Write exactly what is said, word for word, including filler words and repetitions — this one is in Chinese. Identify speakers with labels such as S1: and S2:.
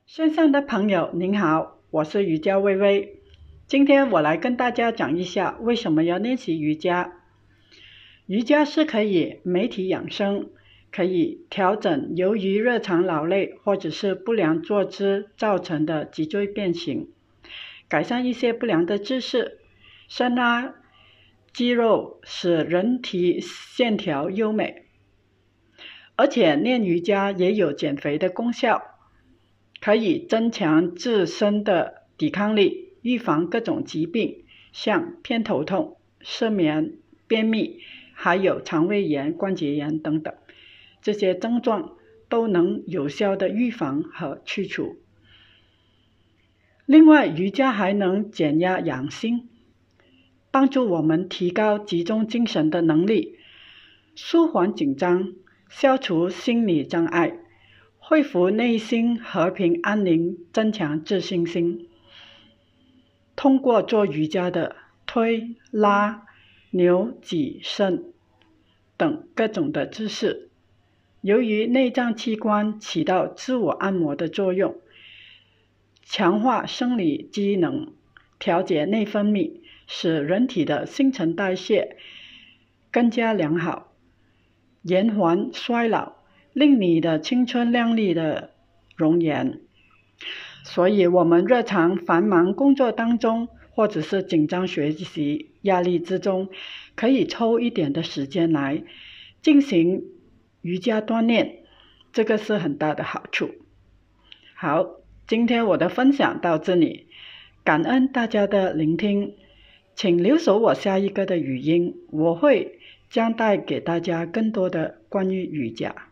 S1: 线上的朋友您好，我是瑜伽微微。今天我来跟大家讲一下为什么要练习瑜伽。瑜伽是可以美体养生，可以调整由于日常劳累或者是不良坐姿造成的脊椎变形，改善一些不良的姿势，伸拉肌肉，使人体线条优美。而且练瑜伽也有减肥的功效，可以增强自身的抵抗力，预防各种疾病，像偏头痛、失眠、便秘，还有肠胃炎、关节炎等等，这些症状都能有效的预防和去除。另外，瑜伽还能减压养心，帮助我们提高集中精神的能力，舒缓紧张，消除心理障碍，恢复内心和平安宁，增强自信心。通过做瑜伽的推、拉、扭、挤、伸等各种的姿势，由于内脏器官起到自我按摩的作用，强化生理机能，调节内分泌，使人体的新陈代谢更加良好，延缓衰老，令你的青春靓丽的容颜。所以我们日常繁忙工作当中，或者是紧张学习压力之中，可以抽一点的时间来进行瑜伽锻炼，这个是很大的好处。好，今天我的分享到这里，感恩大家的聆听，请留守我下一个的语音，我会将带给大家更多的关于瑜伽。